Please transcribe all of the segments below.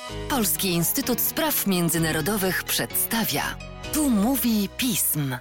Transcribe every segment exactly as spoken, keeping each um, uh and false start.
Polski Instytut Spraw Międzynarodowych przedstawia. Tu mówi pism.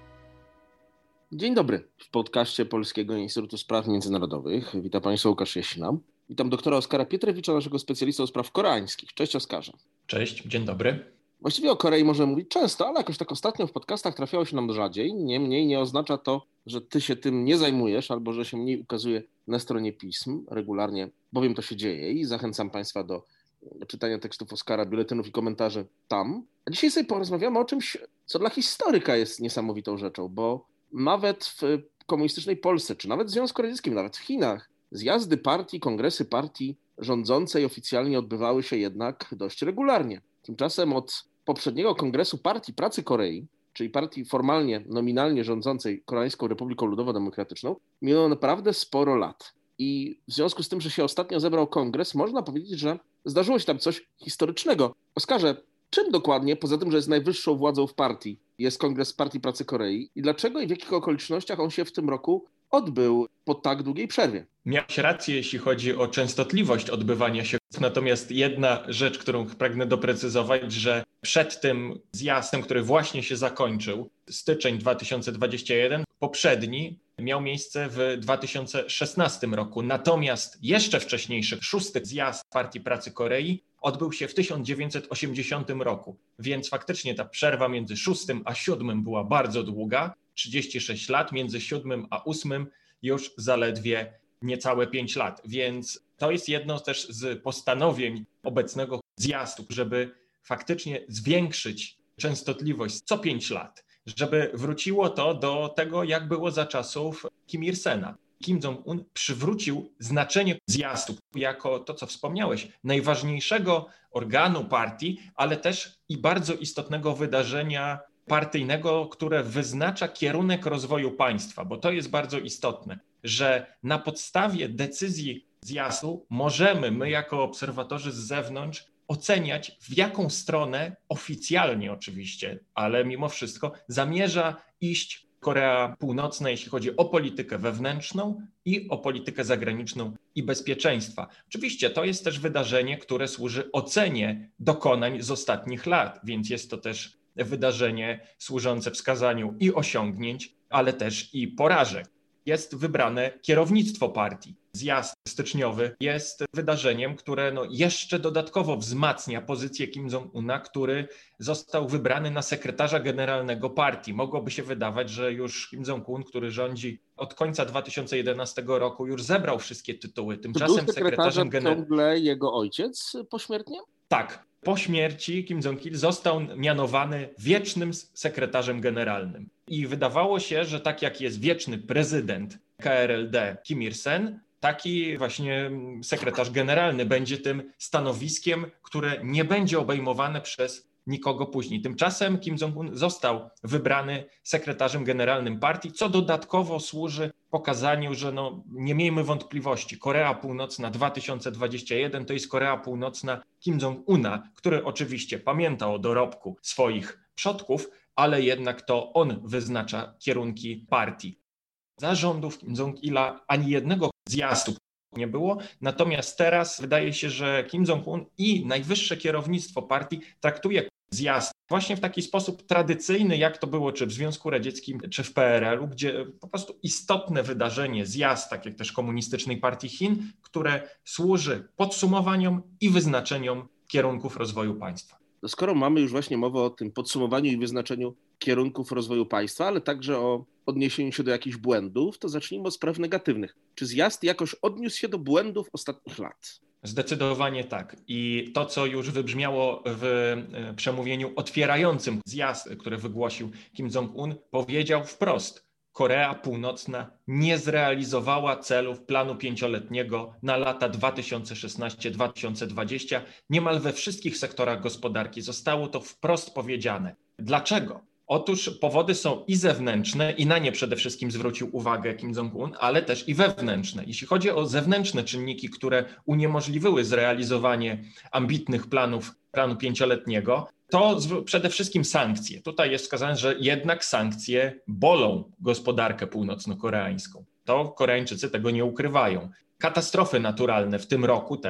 Dzień dobry. W podcaście Polskiego Instytutu Spraw Międzynarodowych witam Państwa Łukasz Jasina. Witam doktora Oskara Pietrewicza, naszego specjalistę od spraw koreańskich. Cześć Oskarze. Cześć, dzień dobry. Właściwie o Korei możemy mówić często, ale jakoś tak ostatnio w podcastach trafiało się nam rzadziej. Niemniej nie oznacza to, że ty się tym nie zajmujesz albo że się mniej ukazuje na stronie pism. Regularnie bowiem to się dzieje i zachęcam Państwa do czytania tekstów Oskara, biuletynów i komentarzy tam. A dzisiaj sobie porozmawiamy o czymś, co dla historyka jest niesamowitą rzeczą, bo nawet w komunistycznej Polsce, czy nawet w Związku Radzieckim, nawet w Chinach, zjazdy partii, kongresy partii rządzącej oficjalnie odbywały się jednak dość regularnie. Tymczasem od poprzedniego kongresu Partii Pracy Korei, czyli partii formalnie, nominalnie rządzącej Koreańską Republiką Ludowo-Demokratyczną, minęło naprawdę sporo lat. I w związku z tym, że się ostatnio zebrał kongres, można powiedzieć, że zdarzyło się tam coś historycznego. Oskarze, czym dokładnie, poza tym, że jest najwyższą władzą w partii, jest Kongres Partii Pracy Korei i dlaczego i w jakich okolicznościach on się w tym roku odbył po tak długiej przerwie? Miałeś rację, jeśli chodzi o częstotliwość odbywania się. Natomiast jedna rzecz, którą pragnę doprecyzować, że przed tym zjazdem, który właśnie się zakończył, styczeń dwa tysiące dwudziesty pierwszy, poprzedni miał miejsce w dwa tysiące szesnastym roku. Natomiast jeszcze wcześniejszy, szósty zjazd Partii Pracy Korei odbył się w tysiąc dziewięćset osiemdziesiątym roku. Więc faktycznie ta przerwa między szóstym a siódmym była bardzo długa, trzydzieści sześć lat, między siódmym a ósmym już zaledwie niecałe pięć lat. Więc to jest jedno też z postanowień obecnego zjazdu, żeby faktycznie zwiększyć częstotliwość co pięć lat, żeby wróciło to do tego, jak było za czasów Kim Il-sena. Kim Jong-un przywrócił znaczenie zjazdu jako to, co wspomniałeś, najważniejszego organu partii, ale też i bardzo istotnego wydarzenia partyjnego, które wyznacza kierunek rozwoju państwa, bo to jest bardzo istotne, że na podstawie decyzji zjazdu możemy my jako obserwatorzy z zewnątrz oceniać, w jaką stronę oficjalnie oczywiście, ale mimo wszystko zamierza iść Korea Północna, jeśli chodzi o politykę wewnętrzną i o politykę zagraniczną i bezpieczeństwa. Oczywiście to jest też wydarzenie, które służy ocenie dokonań z ostatnich lat, więc jest to też wydarzenie służące wskazaniu i osiągnięć, ale też i porażek. Jest wybrane kierownictwo partii. Zjazd styczniowy jest wydarzeniem, które no jeszcze dodatkowo wzmacnia pozycję Kim Jong-una, który został wybrany na sekretarza generalnego partii. Mogłoby się wydawać, że już Kim Jong-un, który rządzi od końca dwa tysiące jedenastego roku, już zebrał wszystkie tytuły. Tymczasem Był sekretarzem generalnym ciągle jego ojciec pośmiertnie? Tak. Po śmierci Kim Jong-il został mianowany wiecznym sekretarzem generalnym. I wydawało się, że tak jak jest wieczny prezydent K R L D Kim Il-sen, taki właśnie sekretarz generalny będzie tym stanowiskiem, które nie będzie obejmowane przez nikogo później. Tymczasem Kim Jong-un został wybrany sekretarzem generalnym partii, co dodatkowo służy pokazaniu, że no, nie miejmy wątpliwości, Korea Północna dwa tysiące dwudziesty pierwszy to jest Korea Północna Kim Jong-una, który oczywiście pamięta o dorobku swoich przodków, ale jednak to on wyznacza kierunki partii. Za rządów Kim Jong-ila ani jednego zjazdu nie było, natomiast teraz wydaje się, że Kim Jong-un i najwyższe kierownictwo partii traktuje zjazd właśnie w taki sposób tradycyjny, jak to było czy w Związku Radzieckim, czy w P R L u, gdzie po prostu istotne wydarzenie, zjazd, tak jak też Komunistycznej Partii Chin, które służy podsumowaniom i wyznaczeniom kierunków rozwoju państwa. Skoro mamy już właśnie mowę o tym podsumowaniu i wyznaczeniu kierunków rozwoju państwa, ale także o odniesieniu się do jakichś błędów, to zacznijmy od spraw negatywnych. Czy zjazd jakoś odniósł się do błędów ostatnich lat? Zdecydowanie tak. I to, co już wybrzmiało w przemówieniu otwierającym zjazd, który wygłosił Kim Jong-un, powiedział wprost: Korea Północna nie zrealizowała celów planu pięcioletniego na lata dwa tysiące szesnasty do dwa tysiące dwudziestego. Niemal we wszystkich sektorach gospodarki zostało to wprost powiedziane. Dlaczego? Otóż powody są i zewnętrzne, i na nie przede wszystkim zwrócił uwagę Kim Jong-un, ale też i wewnętrzne. Jeśli chodzi o zewnętrzne czynniki, które uniemożliwiły zrealizowanie ambitnych planów planu pięcioletniego, to przede wszystkim sankcje. Tutaj jest wskazane, że jednak sankcje bolą gospodarkę północno-koreańską. To Koreańczycy tego nie ukrywają. Katastrofy naturalne w tym roku też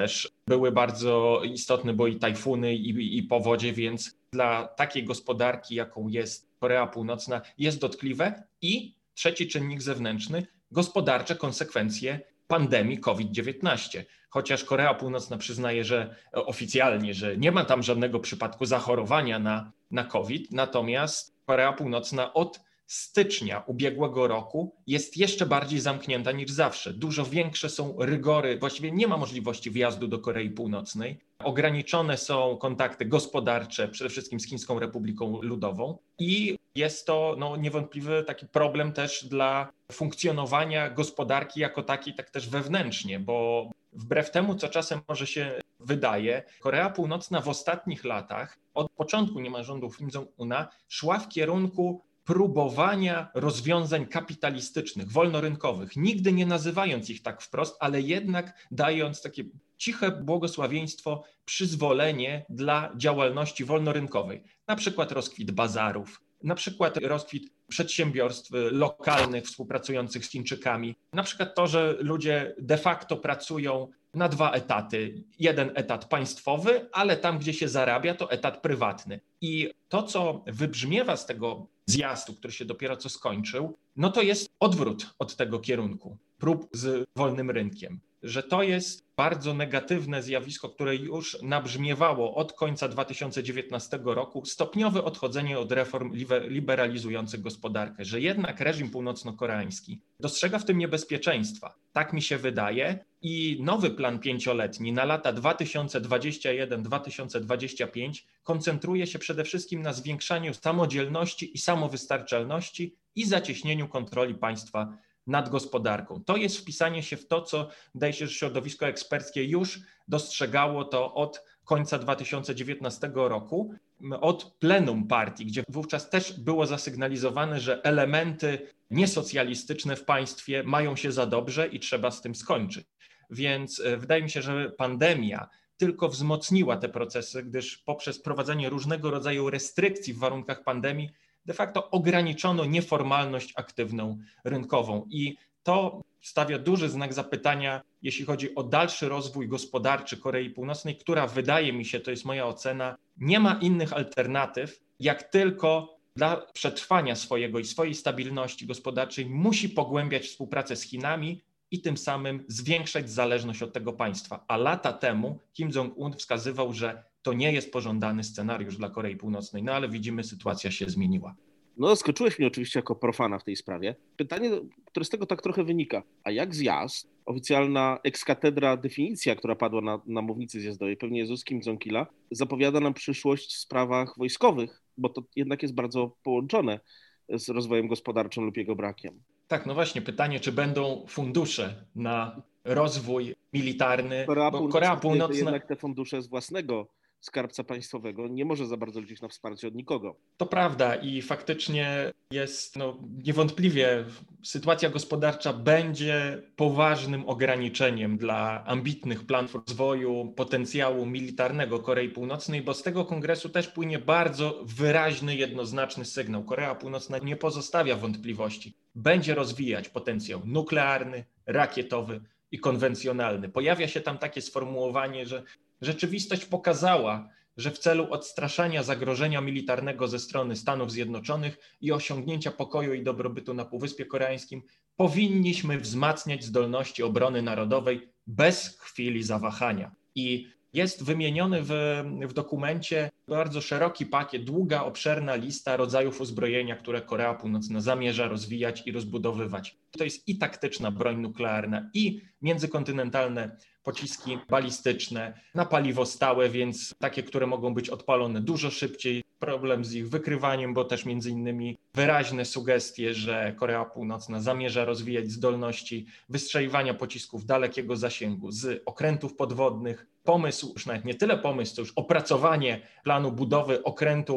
były bardzo istotne, bo i tajfuny, i, i powodzie, więc dla takiej gospodarki, jaką jest Korea Północna, jest dotkliwe. I trzeci czynnik zewnętrzny, gospodarcze konsekwencje pandemii COVID dziewiętnaście. Chociaż Korea Północna przyznaje, że oficjalnie, że nie ma tam żadnego przypadku zachorowania na, na COVID, natomiast Korea Północna od stycznia ubiegłego roku jest jeszcze bardziej zamknięta niż zawsze. Dużo większe są rygory, właściwie nie ma możliwości wjazdu do Korei Północnej. Ograniczone są kontakty gospodarcze, przede wszystkim z Chińską Republiką Ludową i jest to no, niewątpliwy taki problem też dla funkcjonowania gospodarki jako takiej, tak też wewnętrznie, bo wbrew temu, co czasem może się wydaje, Korea Północna w ostatnich latach, od początku niemal rządów Kim Jong-una, szła w kierunku próbowania rozwiązań kapitalistycznych, wolnorynkowych, nigdy nie nazywając ich tak wprost, ale jednak dając takie ciche błogosławieństwo, przyzwolenie dla działalności wolnorynkowej. Na przykład rozkwit bazarów, na przykład rozkwit przedsiębiorstw lokalnych współpracujących z Chińczykami, na przykład to, że ludzie de facto pracują na dwa etaty. Jeden etat państwowy, ale tam, gdzie się zarabia, to etat prywatny. I to, co wybrzmiewa z tego zjazdu, który się dopiero co skończył, no to jest odwrót od tego kierunku, prób z wolnym rynkiem. Że to jest bardzo negatywne zjawisko, które już nabrzmiewało od końca dwa tysiące dziewiętnastego roku, stopniowe odchodzenie od reform liberalizujących gospodarkę, że jednak reżim północno-koreański dostrzega w tym niebezpieczeństwa. Tak mi się wydaje i nowy plan pięcioletni na lata dwa tysiące dwudziesty pierwszy do dwa tysiące dwudziestego piątego koncentruje się przede wszystkim na zwiększaniu samodzielności i samowystarczalności i zacieśnieniu kontroli państwa nad gospodarką. To jest wpisanie się w to, co wydaje się, że środowisko eksperckie już dostrzegało to od końca dwa tysiące dziewiętnastego roku, od plenum partii, gdzie wówczas też było zasygnalizowane, że elementy niesocjalistyczne w państwie mają się za dobrze i trzeba z tym skończyć. Więc wydaje mi się, że pandemia tylko wzmocniła te procesy, gdyż poprzez prowadzenie różnego rodzaju restrykcji w warunkach pandemii de facto ograniczono nieformalność aktywną rynkową i to stawia duży znak zapytania, jeśli chodzi o dalszy rozwój gospodarczy Korei Północnej, która wydaje mi się, to jest moja ocena, nie ma innych alternatyw, jak tylko dla przetrwania swojego i swojej stabilności gospodarczej musi pogłębiać współpracę z Chinami i tym samym zwiększać zależność od tego państwa. A lata temu Kim Jong-un wskazywał, że to nie jest pożądany scenariusz dla Korei Północnej, no ale widzimy, sytuacja się zmieniła. No zaskoczyłeś mnie oczywiście jako profana w tej sprawie. Pytanie, które z tego tak trochę wynika, a jak zjazd, oficjalna ex cathedra definicja, która padła na, na mównicy zjazdowej, pewnie Jezus Kim Jong-ila, zapowiada nam przyszłość w sprawach wojskowych, bo to jednak jest bardzo połączone z rozwojem gospodarczym lub jego brakiem. Tak, no właśnie, pytanie, czy będą fundusze na rozwój militarny, Korea bo Północna, Korea Północna... jednak te fundusze z własnego skarbca państwowego nie może za bardzo liczyć na wsparcie od nikogo. To prawda i faktycznie jest no, niewątpliwie sytuacja gospodarcza będzie poważnym ograniczeniem dla ambitnych planów rozwoju potencjału militarnego Korei Północnej, bo z tego kongresu też płynie bardzo wyraźny, jednoznaczny sygnał. Korea Północna nie pozostawia wątpliwości. Będzie rozwijać potencjał nuklearny, rakietowy i konwencjonalny. Pojawia się tam takie sformułowanie, że rzeczywistość pokazała, że w celu odstraszania zagrożenia militarnego ze strony Stanów Zjednoczonych i osiągnięcia pokoju i dobrobytu na Półwyspie Koreańskim powinniśmy wzmacniać zdolności obrony narodowej bez chwili zawahania. I jest wymieniony w, w dokumencie bardzo szeroki pakiet, długa, obszerna lista rodzajów uzbrojenia, które Korea Północna zamierza rozwijać i rozbudowywać. To jest i taktyczna broń nuklearna, i międzykontynentalne pociski balistyczne na paliwo stałe, więc takie, które mogą być odpalone dużo szybciej. Problem z ich wykrywaniem, bo też między innymi wyraźne sugestie, że Korea Północna zamierza rozwijać zdolności wystrzeliwania pocisków dalekiego zasięgu z okrętów podwodnych. Pomysł, już nawet nie tyle pomysł, co już opracowanie planu budowy okrętu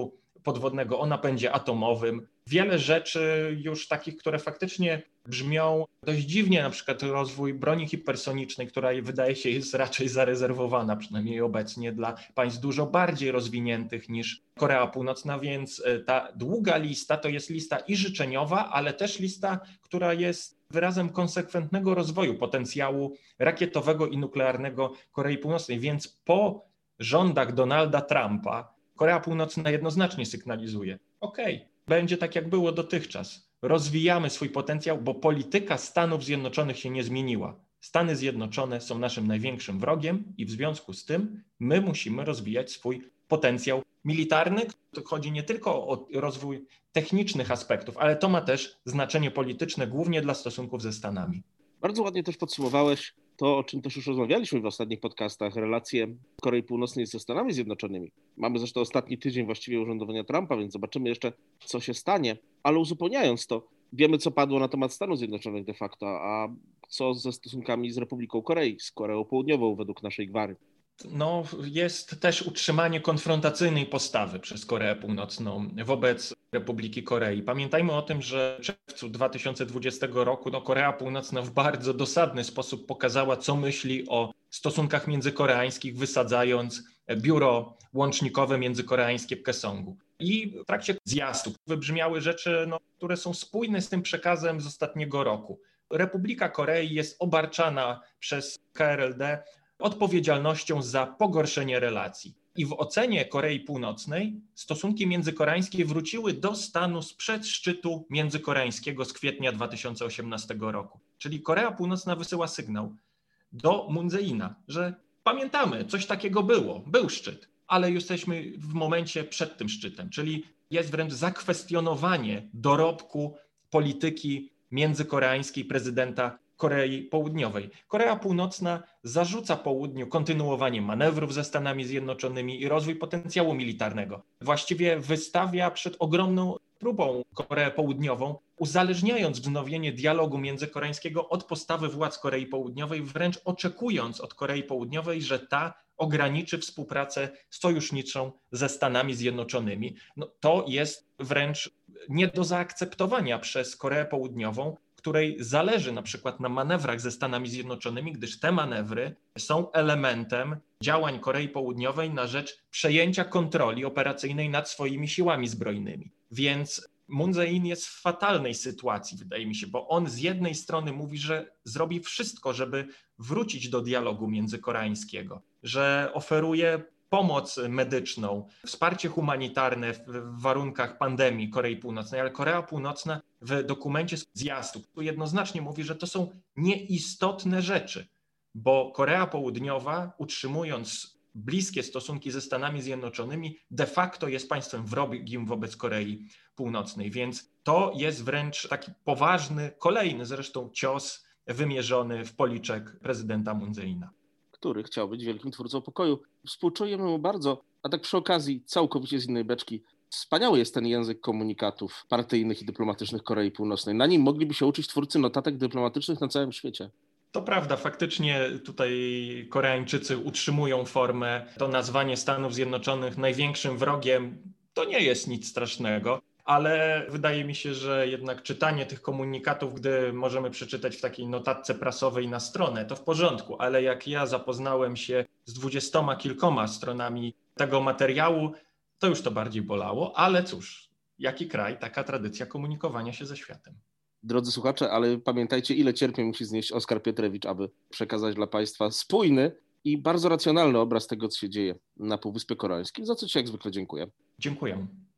podwodnego o napędzie atomowym. Wiele rzeczy już takich, które faktycznie brzmią dość dziwnie, na przykład rozwój broni hipersonicznej, która wydaje się jest raczej zarezerwowana, przynajmniej obecnie, dla państw dużo bardziej rozwiniętych niż Korea Północna, więc ta długa lista to jest lista i życzeniowa, ale też lista, która jest wyrazem konsekwentnego rozwoju potencjału rakietowego i nuklearnego Korei Północnej, więc po rządach Donalda Trumpa Korea Północna jednoznacznie sygnalizuje: okej, będzie tak jak było dotychczas. Rozwijamy swój potencjał, bo polityka Stanów Zjednoczonych się nie zmieniła. Stany Zjednoczone są naszym największym wrogiem i w związku z tym my musimy rozwijać swój potencjał militarny. To chodzi nie tylko o rozwój technicznych aspektów, ale to ma też znaczenie polityczne, głównie dla stosunków ze Stanami. Bardzo ładnie też podsumowałeś to, o czym też już rozmawialiśmy w ostatnich podcastach, relacje Korei Północnej ze Stanami Zjednoczonymi. Mamy zresztą ostatni tydzień właściwie urzędowania Trumpa, więc zobaczymy jeszcze, co się stanie. Ale uzupełniając to, wiemy, co padło na temat Stanów Zjednoczonych de facto, a co ze stosunkami z Republiką Korei, z Koreą Południową według naszej gwary. No, jest też utrzymanie konfrontacyjnej postawy przez Koreę Północną wobec Republiki Korei. Pamiętajmy o tym, że w czerwcu dwa tysiące dwudziestego roku no, Korea Północna w bardzo dosadny sposób pokazała, co myśli o stosunkach międzykoreańskich, wysadzając biuro łącznikowe międzykoreańskie w Kaesongu. I w trakcie zjazdu wybrzmiały rzeczy, no, które są spójne z tym przekazem z ostatniego roku. Republika Korei jest obarczana przez K R L D odpowiedzialnością za pogorszenie relacji. I w ocenie Korei Północnej stosunki międzykoreańskie wróciły do stanu sprzed szczytu międzykoreańskiego z kwietnia dwa tysiące osiemnastego roku. Czyli Korea Północna wysyła sygnał do Moon Jae-ina, że pamiętamy, coś takiego było, był szczyt, ale jesteśmy w momencie przed tym szczytem, czyli jest wręcz zakwestionowanie dorobku polityki międzykoreańskiej prezydenta Korei Południowej. Korea Północna zarzuca Południu kontynuowanie manewrów ze Stanami Zjednoczonymi i rozwój potencjału militarnego. Właściwie wystawia przed ogromną próbą Koreę Południową, uzależniając wznowienie dialogu międzykoreańskiego od postawy władz Korei Południowej, wręcz oczekując od Korei Południowej, że ta ograniczy współpracę sojuszniczą ze Stanami Zjednoczonymi. No, to jest wręcz nie do zaakceptowania przez Koreę Południową, której zależy na przykład na manewrach ze Stanami Zjednoczonymi, gdyż te manewry są elementem działań Korei Południowej na rzecz przejęcia kontroli operacyjnej nad swoimi siłami zbrojnymi. Więc Moon Jae-in jest w fatalnej sytuacji, wydaje mi się, bo on z jednej strony mówi, że zrobi wszystko, żeby wrócić do dialogu międzykoreańskiego, że oferuje pomoc medyczną, wsparcie humanitarne w warunkach pandemii Korei Północnej, ale Korea Północna w dokumencie zjazdu jednoznacznie mówi, że to są nieistotne rzeczy, bo Korea Południowa, utrzymując bliskie stosunki ze Stanami Zjednoczonymi, de facto jest państwem wrogim wobec Korei Północnej, więc to jest wręcz taki poważny, kolejny zresztą cios wymierzony w policzek prezydenta Moon Jae-ina, który chciał być wielkim twórcą pokoju. Współczujemy mu bardzo, a tak przy okazji całkowicie z innej beczki. Wspaniały jest ten język komunikatów partyjnych i dyplomatycznych Korei Północnej. Na nim mogliby się uczyć twórcy notatek dyplomatycznych na całym świecie. To prawda, faktycznie tutaj Koreańczycy utrzymują formę. To nazwanie Stanów Zjednoczonych największym wrogiem to nie jest nic strasznego, ale wydaje mi się, że jednak czytanie tych komunikatów, gdy możemy przeczytać w takiej notatce prasowej na stronę, to w porządku, ale jak ja zapoznałem się z dwudziestoma kilkoma stronami tego materiału, to już to bardziej bolało, ale cóż, jaki kraj, taka tradycja komunikowania się ze światem. Drodzy słuchacze, ale pamiętajcie, ile cierpień musi znieść Oskar Piotrewicz, aby przekazać dla Państwa spójny i bardzo racjonalny obraz tego, co się dzieje na Półwyspie Koreańskim, za co Ci jak zwykle dziękuję. Dziękuję.